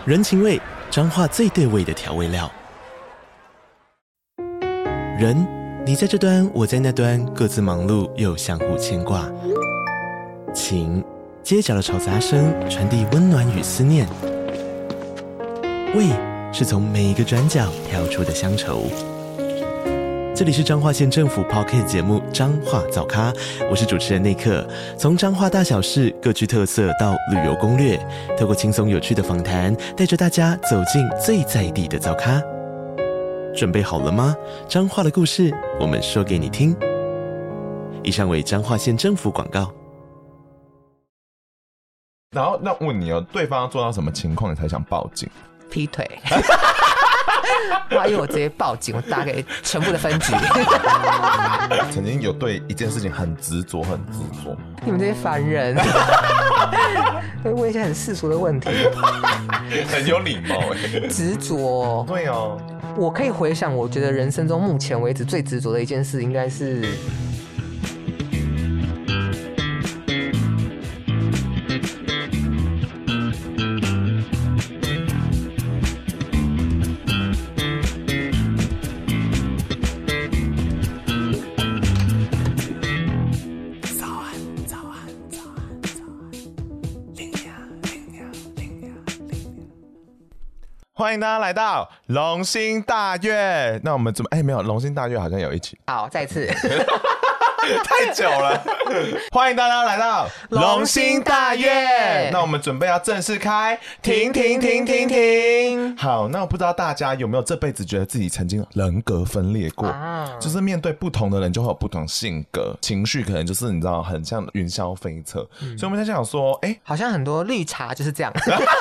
人情味，彰化最对味的调味料。人，你在这端，我在那端，各自忙碌又相互牵挂。情，街角的吵杂声传递温暖与思念。味，是从每一个转角跳出的乡愁。这里是彰化县政府 Podcast 节目《彰化早咖》，我是主持人内克。从彰化大小事各具特色到旅游攻略，透过轻松有趣的访谈，带着大家走进最在地的早咖。准备好了吗？彰化的故事，我们说给你听。以上为彰化县政府广告。 然后那问你哦，对方做到什么情况你才想报警？ 劈腿。哇！因为我直接报警，我打给全部的分局。 曾经有对一件事情很执着， 你们这些凡人，会问一些很世俗的问题， 很有礼貌哎， 执着。 对哦， 我可以回想，我觉得人生中目前为止最执着的一件事，应该是。 欢迎大家来到龙兴大悦。那我们怎么没有龙兴大悦好像有一起。 好，再次。 太久了。欢迎大家来到龙兴大悦。那我们准备要正式开停。好，那我不知道大家有没有这辈子觉得自己曾经人格分裂过就是面对不同的人就会有不同性格，情绪可能就是你知道很像云霄飞车所以我们在想说好像很多绿茶就是这样。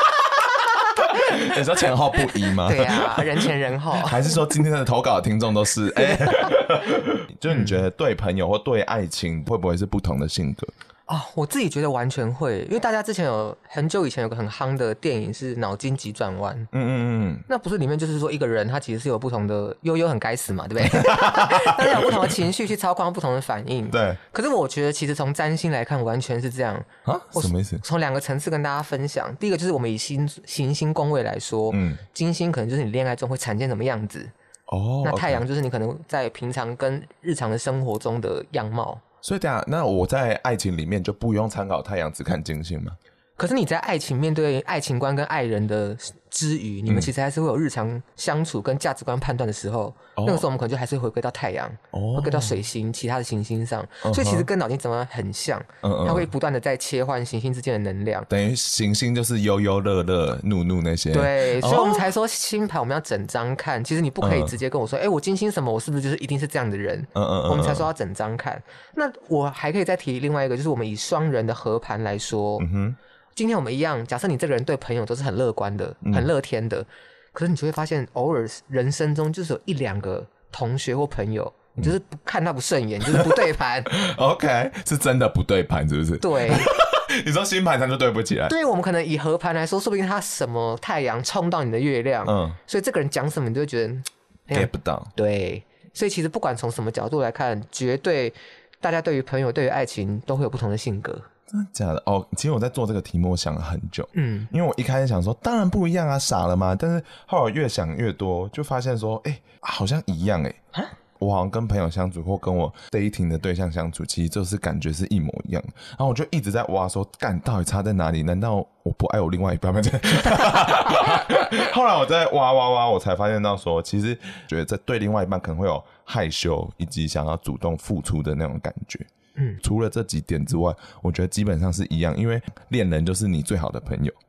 你说前后不一吗？ 对啊，人前人后。 还是说今天的投稿的听众都是就是你觉得对朋友或对爱情会不会是不同的性格？ 我自己觉得完全会，因为大家之前很久以前有个很夯的电影是《脑筋急转弯》。那不是里面就是说一个人他其实是有不同的悠很该死嘛，对不对？大家有不同的情绪去操控不同的反应。 对。 可是我觉得其实从占星来看完全是这样什么意思？ 从2个层次跟大家分享。第一个就是我们以行星宫位来说，金星可能就是你恋爱中会产生什么样子那太阳就是你可能在平常跟日常的生活中的样貌。 所以那我在爱情里面就不用参考太阳，只看金星吗？ 可是你在爱情面对爱情观跟爱人的之余，你们其实还是会有日常相处跟价值观判断的时候那个时候我们可能就还是回归到太阳回归到水星其他的行星上所以其实跟脑筋急转弯很像它会不断的在切换行星之间的能量， 等于行星就是忧忧乐乐怒怒那些。 对，所以我们才说星盘我们要整张看其实你不可以直接跟我说我金星什么我是不是就是一定是这样的人我们才说要整张看。那我还可以再提另外一个就是我们以双人的合盘来说今天我们一样假设你这个人对朋友都是很乐观的很乐天的可是你就会发现偶尔人生中就是有1-2个同学或朋友你就是看他不顺眼就是不对盘 OK 是真的不对盘是不是？ 对。 你说星盘上就对不起来。 对，我们可能以合盘来说说不定他什么太阳冲到你的月亮所以这个人讲什么你就会觉得 get 不到。 对，所以其实不管从什么角度来看绝对大家对于朋友对于爱情都会有不同的性格。 真的假的？其实我在做这个题目我想了很久因为我一开始想说当然不一样啊傻了吗？但是后来越想越多就发现说好像一样我好像跟朋友相处或跟我 dating 的对象相处其实就是感觉是一模一样然后我就一直在挖说干到底差在哪里？难道我不爱我另外一半吗？后来我在挖我才发现到说其实觉得在对另外一半可能会有害羞以及想要主动付出的那种感觉除了这几点之外我觉得基本上是一样因为恋人就是你最好的朋友。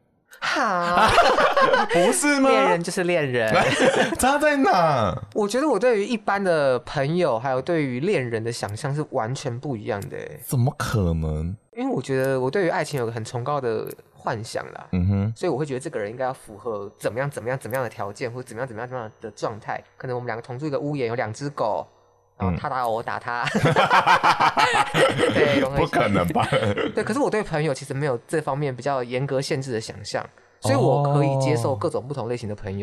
不是吗？ 恋人就是恋人。 差在哪？ 我觉得我对于一般的朋友还有对于恋人的想象是完全不一样的怎么可能？ 因为我觉得我对于爱情有个很崇高的幻想啦所以我会觉得这个人应该要符合怎么样的条件或者怎么样的状态可能我们2个同住一个屋檐有2只狗然后他打我打他对， 不可能吧？ 对，可是我对朋友其实没有这方面比较严格限制的想象所以我可以接受各种不同类型的朋友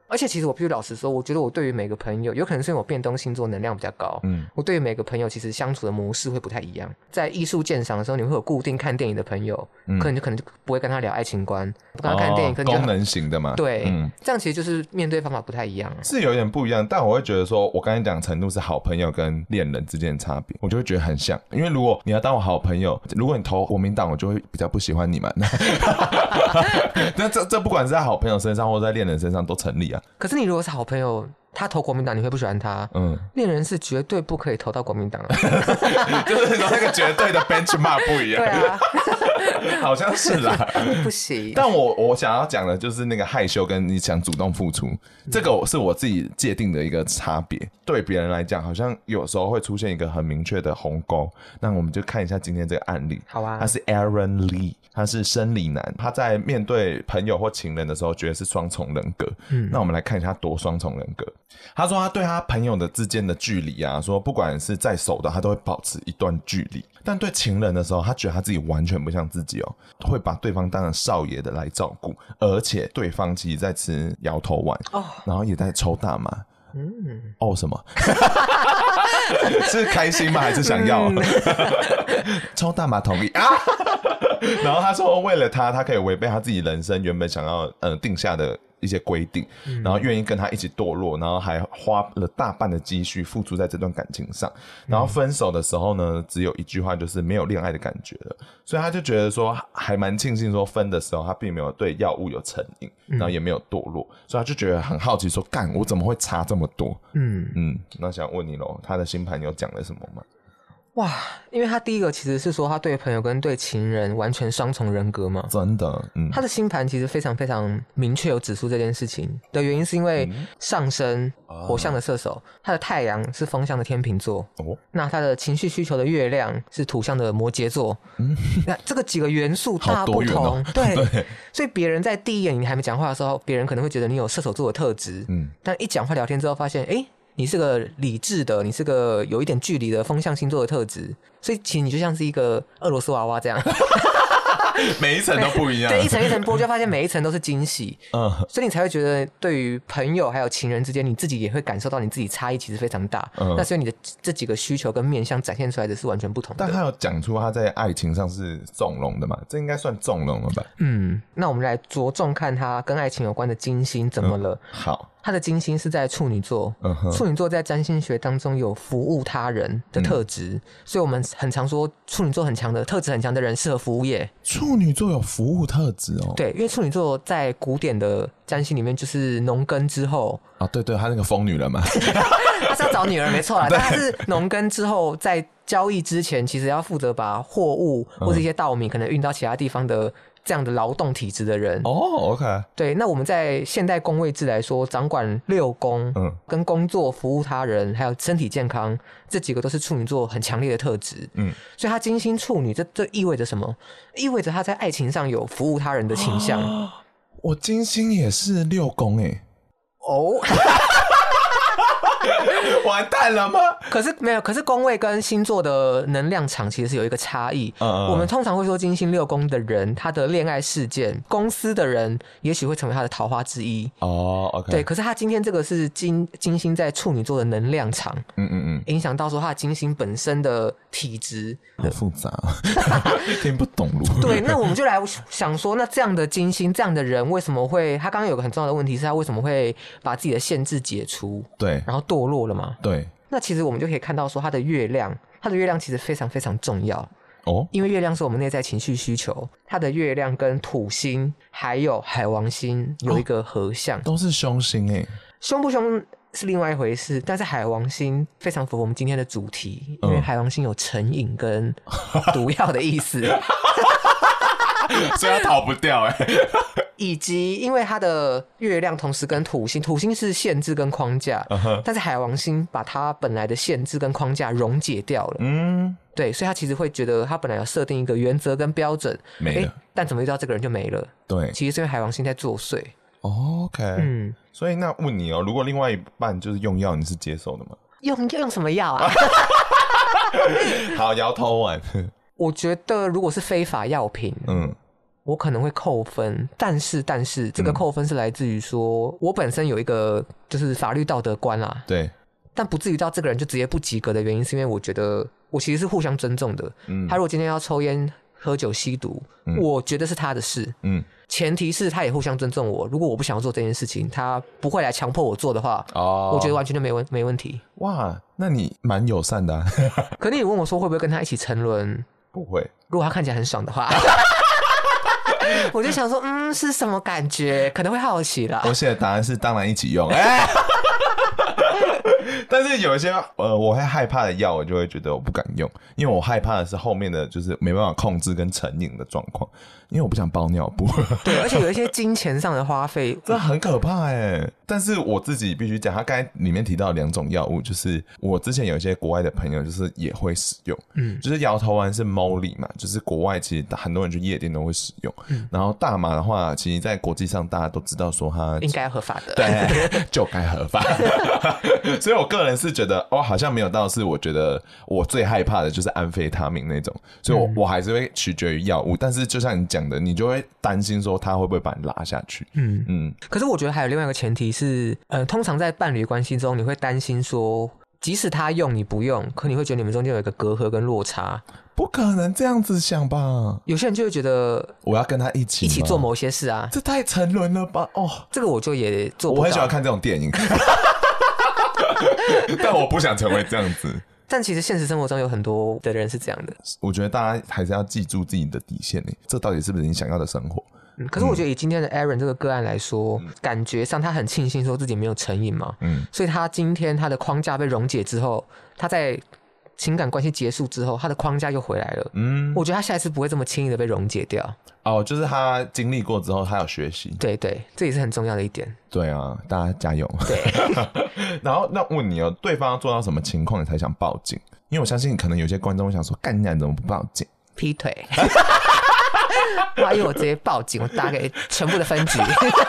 而且其实我必须老实说，我觉得我对于每个朋友，有可能是因为我变动星座能量比较高，我对于每个朋友其实相处的模式会不太一样。在艺术鉴赏的时候，你会有固定看电影的朋友，可能就不会跟他聊爱情观，不跟他看电影，可能功能型的嘛。 对，这样其实就是面对方法不太一样， 是有点不一样。但我会觉得说，我刚才讲程度是好朋友跟恋人之间的差别，我就会觉得很像。因为如果你要当我好朋友，如果你投国民党，我就会比较不喜欢你们。那这不管是在好朋友身上或者在恋人身上都成立啊。 可是你如果是好朋友，他投国民党你会不喜欢他，恋人是绝对不可以投到国民党就是说那个绝对的 benchmark 不一样。 对啊， 好像是啦， 不行。 但我想要讲的就是那个害羞跟你想主动付出，这个是我自己界定的一个差别。对别人来讲，好像有时候会出现一个很明确的鸿沟。那我们就看一下今天这个案例。 好啊， 他是 Aaron Lee， 他是生理男，他在面对朋友或情人的时候，觉得是双重人格。那我们来看一下他多双重人格。他说他对他朋友的之间的距离啊，说不管是在手的，他都会保持一段距离。但对情人的时候，他觉得他自己完全不像自己哦，会把对方当成少爷的来照顾，而且对方其实在吃摇头丸，然后也在抽大麻。什么？是开心吗？还是想要？抽大麻同意啊？然后他说，为了他可以违背他自己人生原本想要定下的一些规定，然后愿意跟他一起堕落，然后还花了大半的积蓄付出在这段感情上，然后分手的时候呢，只有一句话，就是没有恋爱的感觉了。所以他就觉得说还蛮庆幸说分的时候他并没有对药物有成瘾，然后也没有堕落，所以他就觉得很好奇说，干我怎么会差这么多。那想问你咯，他的星盘有讲了什么吗？ 哇，因为他第一个其实是说他对朋友跟对情人完全双重人格嘛， 真的， 他的星盘其实非常非常明确有指出这件事情的原因，是因为上升火象的射手，他的太阳是风象的天秤座，那他的情绪需求的月亮是土象的摩羯座，那这个几个元素大不同，对，所以别人在第一眼你还没讲话的时候，别人可能会觉得你有射手座的特质，但一讲话聊天之后发现，你是个理智的，你是个有一点距离的风象星座的特质，所以其实你就像是一个俄罗斯娃娃这样每一层都不一样， 对，一层一层剥，就发现每一层都是惊喜，所以你才会觉得对于朋友还有情人之间，你自己也会感受到你自己差异其实非常大，那所以你的这几个需求跟面向展现出来的是完全不同的。 但他有讲出他在爱情上是纵容的嘛？这应该算纵容了吧？ 那我们来着重看他跟爱情有关的金星怎么了。 好， 他的金星是在处女座，处女座在占星学当中有服务他人的特质，所以我们很常说处女座很强的特质很强的人适合服务业。 处女座有服务特质哦？ 对，因为处女座在古典的占星里面就是农耕之后啊，对，他那个疯女人嘛他是要找女儿没错啦，但他是农耕之后在交易之前其实要负责把货物或是一些稻米可能运到其他地方的这样的劳动体质的人。 OK。 对，那我们在现代宫位制来说，掌管六宫，跟工作、服务他人还有身体健康这几个都是处女座很强烈的特质。所以他金星处女，这意味着什么？意味着他在爱情上有服务他人的倾向。 我金星也是六宫完蛋了吗？ 可是没有，可是宫位跟星座的能量场其实是有一个差异。我们通常会说金星六宫的人，他的恋爱事件，公司的人也许会成为他的桃花之一。 OK。 对，可是他今天这个是金星在处女座的能量场，影响到说他的金星本身的体质， 好复杂，听不懂路。 对，那我们就来想说，那这样的金星，这样的人为什么会？他刚刚有个很重要的问题是他为什么会把自己的限制解除？ 对， 然后堕落了嘛？ 对。 那其实我们就可以看到说他的月亮其实非常非常重要因为月亮是我们内在情绪需求，他的月亮跟土星还有海王星有一个合相， 都是凶星凶不凶是另外一回事，但是海王星非常符合我们今天的主题，因为海王星有成瘾跟毒药的意思所以他逃不掉以及因为他的月亮同时跟土星是限制跟框架但是海王星把他本来的限制跟框架溶解掉了对，所以他其实会觉得他本来要设定一个原则跟标准没了但怎么遇到这个人就没了。 对， 其实是因为海王星在作祟。 OK。所以那问你如果另外一半就是用药，你是接受的吗？ 用什么药啊好， 摇头丸我觉得如果是非法药品我可能会扣分，但是这个扣分是来自于说我本身有一个就是法律道德观啦， 对， 但不至于到这个人就直接不及格的原因是因为我觉得我其实是互相尊重的，他如果今天要抽烟喝酒吸毒，我觉得是他的事，前提是他也互相尊重我，如果我不想要做这件事情，他不会来强迫我做的话，我觉得完全就没问题。 哇，那你蛮友善的啊。 可你问我说会不会跟他一起沉沦， 不会， 如果他看起来很爽的话我就想说是什么感觉，可能会好奇啦。 我写的答案是当然一起用但是有一些我会害怕的药，我就会觉得我不敢用，因为我害怕的是后面的就是没办法控制跟成瘾的状况，因为我不想包尿布。 对，而且有一些金钱上的花费， 这很可怕耶。但是我自己必须讲，他刚才里面提到2种药物，就是我之前有一些国外的朋友就是也会使用，就是摇头丸是 Molly 嘛，就是国外其实很多人去夜店都会使用，然后大麻的话，其实在国际上大家都知道说它应该合法的， 对，就该合法。所以我个人是觉得好像没有到是我觉得我最害怕的就是安非他命那种，所以我还是会取决于药物，但是就像你讲的，你就会担心说他会不会把你拉下去。 可是我觉得还有另外一个前提是通常在伴侣关系中你会担心说即使他用你不用，可你会觉得你们中间有一个隔阂跟落差。 不可能这样子想吧？ 有些人就会觉得我要跟他一起做某些事啊， 这太沉沦了吧？ 这个我就也做不到。 我很喜欢看这种电影但我不想成为这样子。 但其实现实生活中有很多的人是这样的。 我觉得大家还是要记住自己的底线，这到底是不是你想要的生活？ 可是我觉得以今天的 Aaron 这个个案来说，感觉上他很庆幸说自己没有成瘾嘛，所以他今天他的框架被溶解之后，他在情感关系结束之后，他的框架又回来了。我觉得他下一次不会这么轻易的被溶解掉。 就是他经历过之后，他有学习。 对对，这也是很重要的一点。 对啊，大家加油。 对。 然后那问你对方要做到什么情况你才想报警？因为我相信可能有些观众会想说，干你怎么不报警？ 劈腿。我还以为我直接报警，我打给全部的分局。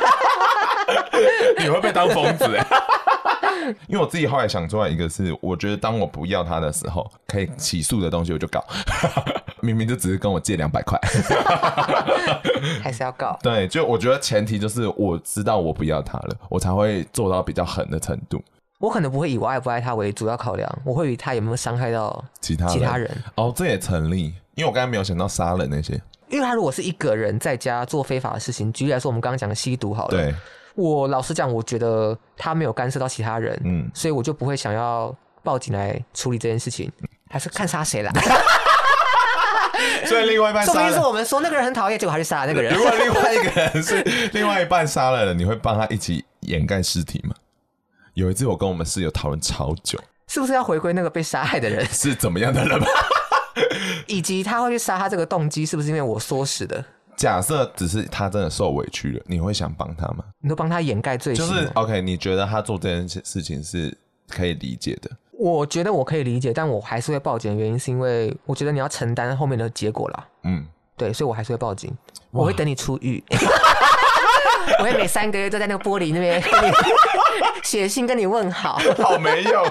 你会被当疯子因为我自己后来想出来一个是，我觉得当我不要他的时候，可以起诉的东西我就搞。明明就只是跟我借200块， 还是要告。 对，就我觉得前提就是我知道我不要他了，我才会做到比较狠的程度。 我可能不会以我爱不爱他为主要考量，我会以他有没有伤害到其他人。 这也成立，因为我刚才没有想到杀人那些。 因为他如果是一个人在家做非法的事情，举例来说，我们刚刚讲的吸毒好了。 对。 我老实讲，我觉得他没有干涉到其他人，所以我就不会想要报警来处理这件事情，还是看杀谁啦。 所以另外一半杀了， 说不定是我们说那个人很讨厌，结果还是杀了那个人。 如果另外一个人是另外一半杀了人，你会帮他一起掩盖尸体吗？有一次我跟我们室友讨论超久， 是不是要回归那个被杀害的人是怎么样的人吗？ 以及他会去杀他这个动机是不是因为我唆使的？ 假设只是他真的受委屈了，你会想帮他吗？ 你都帮他掩盖罪行， 就是 OK， 你觉得他做这件事情是可以理解的？ 我觉得我可以理解，但我还是会报警的原因是因为我觉得你要承担后面的结果啦。对，所以我还是会报警，我会等你出狱。我会每3个月都在那个玻璃那边跟你写信跟你问好。 好没用。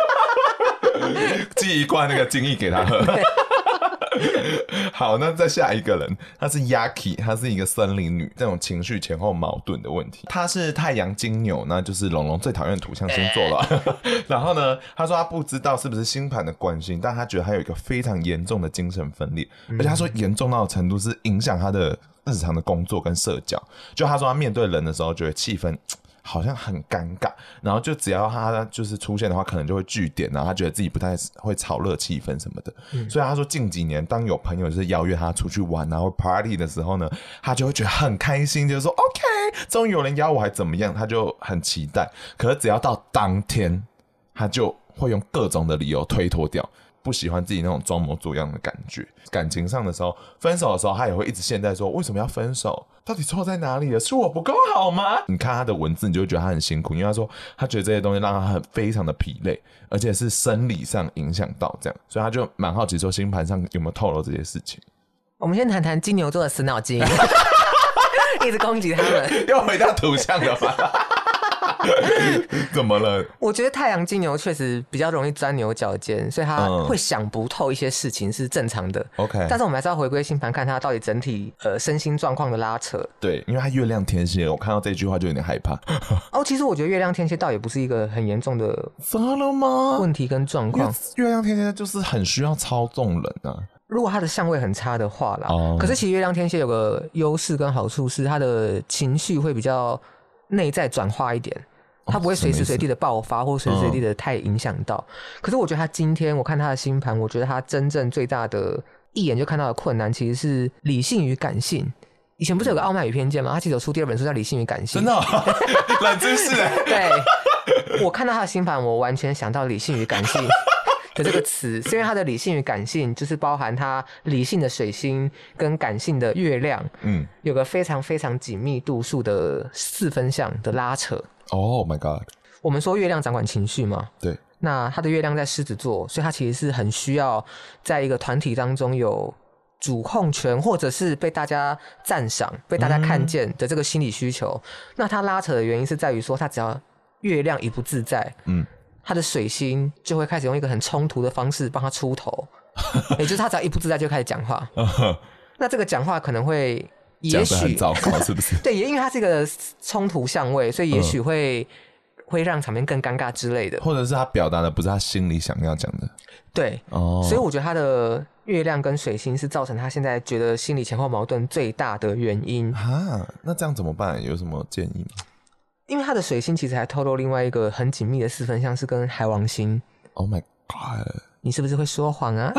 寄一罐那个精液给他喝。好，那再下一个人，她是 Yaki， 她是一个森林女，这种情绪前后矛盾的问题。她是太阳金牛，那就是龙龙最讨厌的土象星座了。然后呢，她说她不知道是不是星盘的关系，但她觉得她有一个非常严重的精神分裂，而且她说严重到的程度是影响她的日常的工作跟社交。就她说她面对人的时候，觉得气氛好像很尴尬，然后就只要他就是出现的话，可能就会据点，然后他觉得自己不太会炒热气氛什么的。所以他说近几年当有朋友就是邀约他出去玩然后 party 的时候呢，他就会觉得很开心，就是说 OK 终于有人邀我还怎么样，他就很期待。可是只要到当天，他就会用各种的理由推脱掉，不喜欢自己那种装模作样的感觉。感情上的时候，分手的时候，他也会一直陷在说为什么要分手，到底错在哪里了，是我不够好吗？你看他的文字，你就会觉得他很辛苦，因为他说他觉得这些东西让他非常的疲累，而且是生理上影响到这样，所以他就蛮好奇说星盘上有没有透露这些事情。 我们先谈谈金牛座的死脑筋。一直攻击他们。 又回到图像了吗？ 怎么了？ 我觉得太阳金牛确实比较容易钻牛角尖，所以他会想不透一些事情是正常的。 OK， 但是我们还是要回归星盘，看他到底整体身心状况的拉扯。 对，因为他月亮天蝎，我看到这句话就有点害怕。 其实我觉得月亮天蝎倒也不是一个很严重的问题跟状况。 月亮天蝎就是很需要操纵人啊。 如果他的相位很差的话啦，可是其实月亮天蝎有个优势跟好处是，他的情绪会比较内在转化一点，他不会随时随地的爆发，或随时随地的太影响到。可是我觉得他今天我看他的星盘，我觉得他真正最大的一眼就看到的困难，其实是理性与感性。以前不是有个《傲慢与偏见》吗？他其实有出第2本书叫《理性与感性》。 真的、冷知识对，我看到他的星盘，我完全想到理性与感性的这个词，是因为他的理性与感性就是包含他理性的水星跟感性的月亮，有个非常非常紧密度数的4分相的拉扯。 Oh my god！ 我们说月亮掌管情绪嘛， 对。 那他的月亮在狮子座，所以他其实是很需要在一个团体当中有主控权，或者是被大家赞赏、被大家看见的这个心理需求。那他拉扯的原因是在于说，他只要月亮一不自在，他的水星就会开始用一个很冲突的方式帮他出头，也就是他只要一不自在就开始讲话。那这个讲话可能会也许讲得很糟糕，是不是？ 对，因为它是一个冲突相位，所以也许会让场面更尴尬之类的， 或者是他表达的不是他心里想要讲的。 对，所以我觉得他的月亮跟水星是造成他现在觉得心理前后矛盾最大的原因。 那这样怎么办？有什么建议吗？ 因为他的水星其实还透露另外一个很紧密的4分相，是跟海王星。 Oh my god！ 你是不是会说谎啊？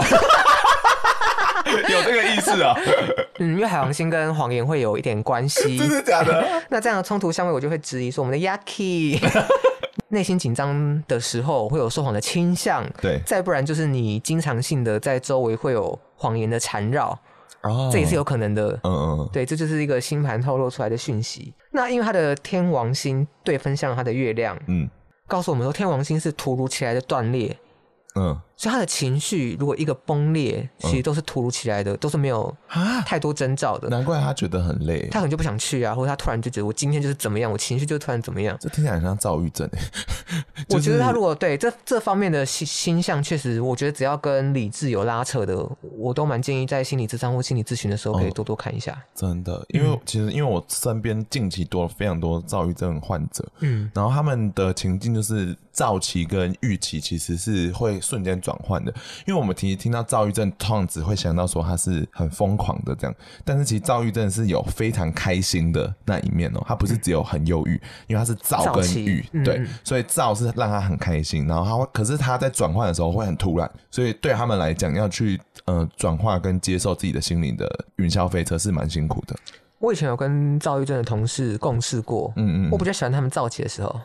有这个意思啊？ 因为海王星跟谎言会有一点关系。 真的假的？ 那这样的冲突相位，我就会质疑说，我们的 Yaki 内心紧张的时候会有说谎的倾向， 对， 再不然就是你经常性的在周围会有谎言的缠绕。这也是有可能的。对，这就是一个星盘透露出来的讯息。那因为他的天王星对分向他的月亮，告诉我们说天王星是突如其来的断裂，所以他的情绪如果一个崩裂，其实都是突如其来的，都是没有太多征兆的。 难怪他觉得很累， 他可能就不想去啊，或者他突然就觉得我今天就是怎么样，我情绪就突然怎么样。 这听起来很像躁郁症我觉得他如果对这方面的星象，确实我觉得只要跟理智有拉扯的，我都蛮建议在心理咨商或心理咨询的时候可以多多看一下。 真的，因为其实因为我身边近期多了非常多躁郁症患者，然后他们的情境就是躁期跟郁期其实是会瞬间转换的。因为我们听到躁郁症通常只会想到说他是很疯狂的这样，但是其实躁郁症是有非常开心的那一面它不是只有很忧郁，因为他是躁跟郁，对，所以躁是让他很开心，然后可是他在转换的时候会很突然，所以对他们来讲要去转化跟接受自己的心灵的云霄飞车是蛮辛苦的。 我以前有跟躁郁症的同事共事过，我比较喜欢他们躁起的时候。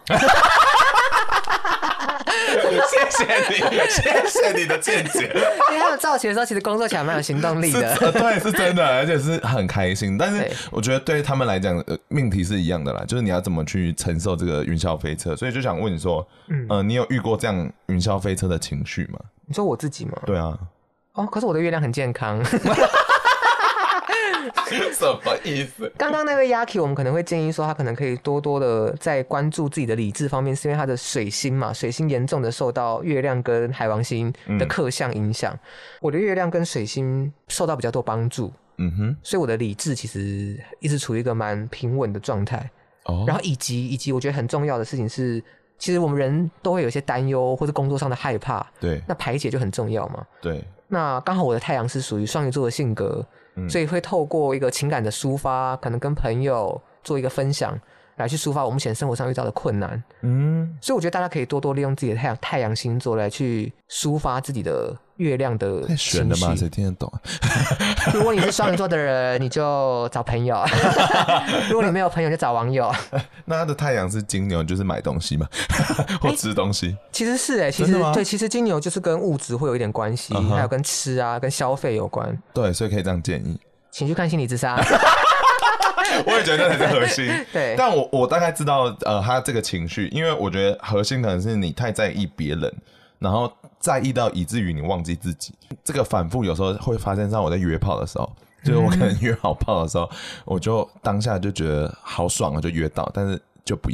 谢谢你的见解。 因为他们躁起的时候，其实工作起来蛮有行动力的。 对，是真的，而且是很开心。但是我觉得对他们来讲，命题是一样的啦，就是你要怎么去承受这个云霄飞车。所以就想问你说，你有遇过这样云霄飞车的情绪吗？ 你说我自己吗？ 对啊。 可是我的月亮很健康。 什么意思？ 刚刚那位 Yaki 我们可能会建议说他可能可以多多的在关注自己的理智方面，是因为他的水星嘛，水星严重的受到月亮跟海王星的克相影响。我的月亮跟水星受到比较多帮助，所以我的理智其实一直处于一个蛮平稳的状态。然后以及我觉得很重要的事情是，其实我们人都会有一些担忧或者工作上的害怕， 对， 那排解就很重要嘛。 对， 那刚好我的太阳是属于双鱼座的性格，所以会透过一个情感的抒发，可能跟朋友做一个分享，来去抒发我目前生活上遇到的困难。所以我觉得大家可以多多利用自己的太阳星座来去抒发自己的月亮的情绪。太玄了吧，谁听得懂啊？ 如果你是双鱼座的人，你就找朋友；如果你没有朋友，就找网友。 那他的太阳是金牛，就是买东西吗？或吃东西？ 其实是其实金牛就是跟物质会有一点关系，还有跟吃啊、跟消费有关。 对，所以可以这样建议， 请去看心理咨商。 我也觉得那才是核心。 对， 但我大概知道他这个情绪，因为我觉得核心可能是你太在意别人，然后在意到以至于你忘记自己。这个反复有时候会发生在我在约炮的时候，就是我可能约好炮的时候，我就当下就觉得好爽啊，就约到，但是就不要了。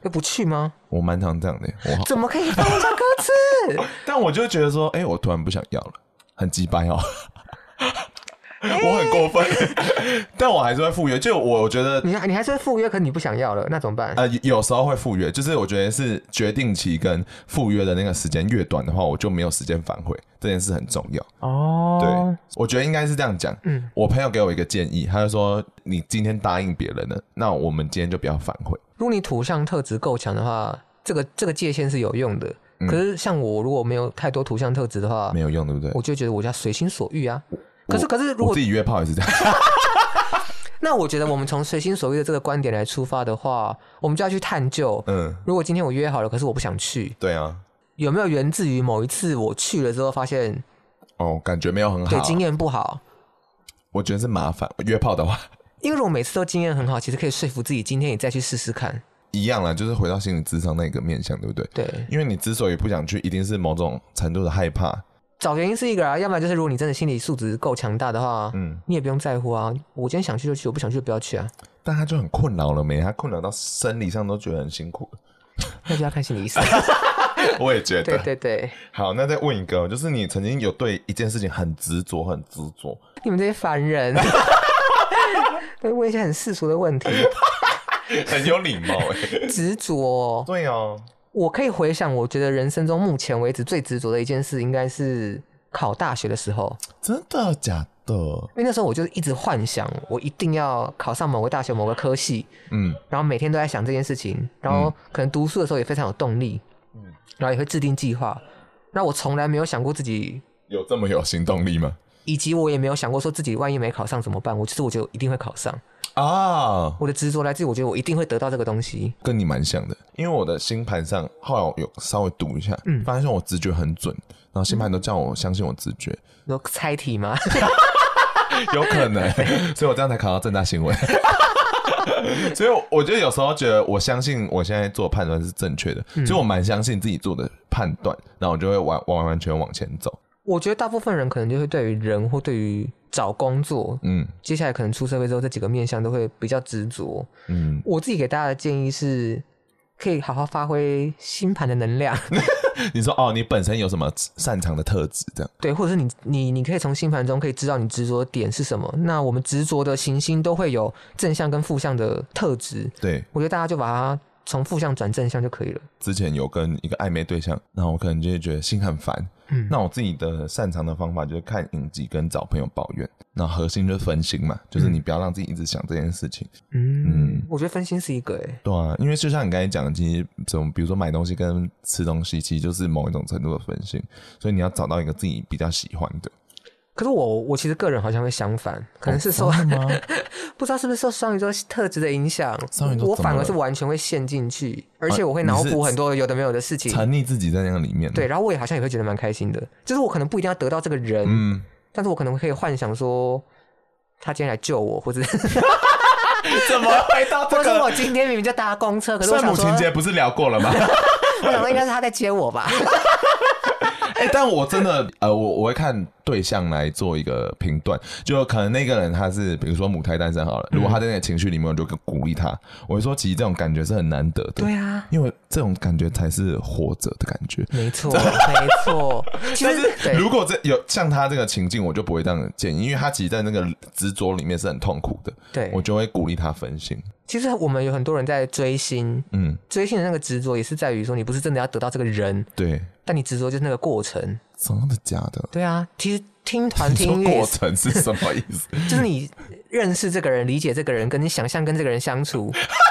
会不去吗？ 我蛮常这样的。 怎么可以放下歌词？ 但我就觉得说，我突然不想要了，很鸡掰哦。我很过分，但我还是会赴约。就我觉得你还是会赴约，可是你不想要了，那怎么办？ 有时候会赴约，就是我觉得是决定期跟赴约的那个时间越短的话，我就没有时间反悔，这件事很重要。哦，对，我觉得应该是这样讲。我朋友给我一个建议，他就说你今天答应别人了，那我们今天就不要反悔。 如果你土象特质够强的话，这个界限是有用的。可是像我如果没有太多土象特质的话， 没有用，对不对？ 我就觉得我要随心所欲啊。可是如果我自己约炮也是这样。 那我觉得我们从随心所欲的这个观点来出发的话，我们就要去探究。如果今天我约好了，可是我不想去， 对啊， 有没有源自于某一次我去了之后发现， 感觉没有很好， 对，经验不好。 我觉得是麻烦约炮的话， 因为如果每次都经验很好，其实可以说服自己，今天你再去试试看。 一样啦，就是回到心理咨商那个面向，对不对？对，因为你之所以不想去，一定是某种程度的害怕。 找原因是一个啊，要不然就是如果你真的心理素质够强大的话，你也不用在乎啊。我今天想去就去，我不想去就不要去啊。 但他就很困扰了没？他困扰到生理上都觉得很辛苦了。 那就要看心理医生。 我也觉得， 对。 好，那再问一个，就是你曾经有对一件事情很执着， 你们这些凡人，会问一些很世俗的问题， 很有礼貌执着。 对哦。 我可以回想，我觉得人生中目前为止最执着的一件事，应该是考大学的时候。 真的假的？ 因为那时候我就一直幻想，我一定要考上某个大学某个科系，然后每天都在想这件事情，然后可能读书的时候也非常有动力，然后也会制定计划。那我从来没有想过自己有这么有行动力吗？ 以及我也没有想过说自己万一没考上怎么办。我觉得一定会考上啊！我的执着来自于我觉得我一定会得到这个东西。 跟你蛮像的，因为我的星盘上后来我有稍微读一下，发现我直觉很准，然后星盘都叫我相信我直觉。 有猜题吗？ 有可能，所以我这样才考到政大新闻。所以我觉得有时候觉得我相信我现在做的判断是正确的，所以我蛮相信自己做的判断，然后我就会完全往前走。我觉得大部分人可能就会对于人或对于找工作，接下来可能出社会之后这几个面向都会比较执着。我自己给大家的建议是，可以好好发挥星盘的能量。 你说你本身有什么擅长的特质这样？ 对，或者是你可以从星盘中可以知道你执着的点是什么。那我们执着的行星都会有正向跟负向的特质。对，我觉得大家就把它从负向转正向就可以了。之前有跟一个暧昧对象，然后我可能就会觉得心很烦。那我自己的擅长的方法就是看影集跟找朋友抱怨。那核心就是分心嘛，就是你不要让自己一直想这件事情。我觉得分心是一个对啊，因为就像你刚才讲的，其实比如说买东西跟吃东西，其实就是某一种程度的分心，所以你要找到一个自己比较喜欢的。可是我其实个人好像会相反，可能是受不知道是不是受双鱼座特质的影响，我反而是完全会陷进去，而且我会脑补很多有的没有的事情，沉溺自己在那个里面。对，然后我也好像也会觉得蛮开心的，就是我可能不一定要得到这个人，但是我可能可以幻想说他今天来救我，或者怎么会到这个？或者我今天明明就搭公车，可是我想说圣母情节不是聊过了吗？我想说应该是他在接我吧。但我真的我会看对象来做一个评断，就可能那个人他是比如说母胎单身好了，如果他在那个情绪里面，我就鼓励他，我会说其实这种感觉是很难得的。对啊，因为这种感觉才是活着的感觉。没错没错。但是如果有像他这个情境，我就不会这样建议，因为他其实在那个执着里面是很痛苦的。对，我就会鼓励他分心。其实我们有很多人在追星，追星的那个执着也是在于说你不是真的要得到这个人，对，但你执着就是那个过程。真的假的？对啊，其实听团听音乐过程是什么意思？就是你认识这个人，理解这个人，跟你想象跟这个人相处。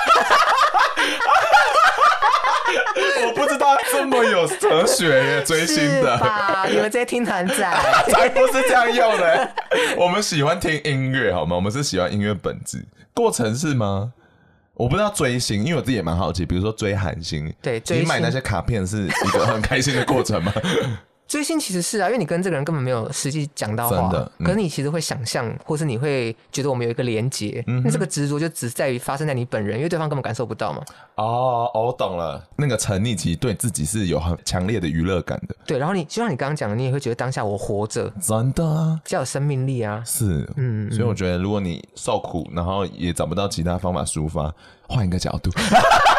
我不知道这么有哲学耶，追星的。是吧？你们这些听团仔才不是这样用的。我们喜欢听音乐好吗？我们是喜欢音乐本质，过程是吗？我不知道追星，因为我自己也蛮好奇，比如说追韩星，对，追星你买那些卡片是一个很开心的过程吗？追星其实是啊，因为你跟这个人根本没有实际讲到话，真的，可是你其实会想象，或是你会觉得我们有一个连结，那这个执着就只在于发生在你本人，因为对方根本感受不到嘛。哦，我懂了，那个沉溺其实对自己是有很强烈的娱乐感的。对，然后就像你刚刚讲的，你也会觉得当下我活着，真的啊，比较有生命力啊。是，所以我觉得如果你受苦，然后也找不到其他方法抒发，换一个角度。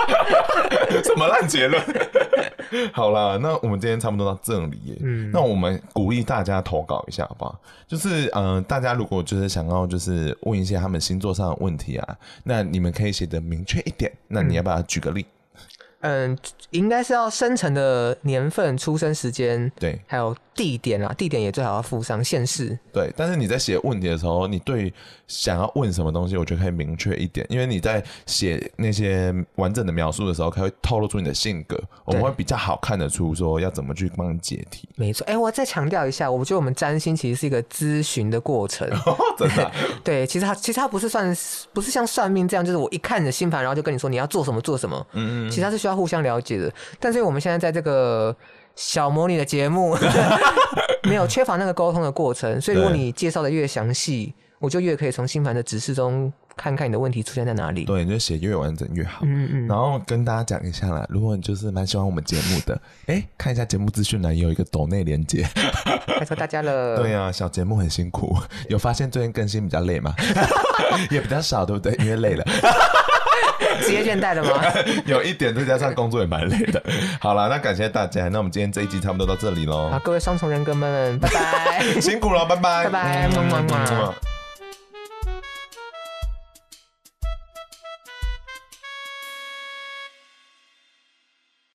什么烂结论？好啦，那我们今天差不多到这里耶。那我们鼓励大家投稿一下好不好？就是大家如果就是想要就是问一些他们星座上的问题啊，那你们可以写得明确一点。那你要不要举个例？ 应该是要生辰的年份、出生时间， 对， 还有地点啦，地点也最好要附上县市。 对，但是你在写问题的时候，你对想要问什么东西，我觉得可以明确一点，因为你在写那些完整的描述的时候，可以透露出你的性格，我们会比较好看得出说要怎么去帮你解题。 没错，我再强调一下，我觉得我们占星其实是一个咨询的过程， 真的、啊。 对，其实它不是像算命这样，就是我一看你的星盘，然后就跟你说你要做什么做什么。其实它是需要互相了解的。但是我们现在在这个小模拟的节目没有缺乏那个沟通的过程，所以如果你介绍的越详细，我就越可以从星盘的指示中看看你的问题出现在哪里。 对，你就写越完整越好。然后跟大家讲一下啦，如果你就是蛮喜欢我们节目的，看一下节目资讯栏也有一个抖内连结， 拜托大家了。 对啊，小节目很辛苦，有发现最近更新比较累吗？也比较少，对不对？因为累了。 职业倦怠了吗？ 有一点，再加上工作也蛮累的。好啦，那感谢大家，那我们今天这一集差不多到这里咯。 好，各位双重人格们，拜拜。 辛苦了，拜拜， 拜拜。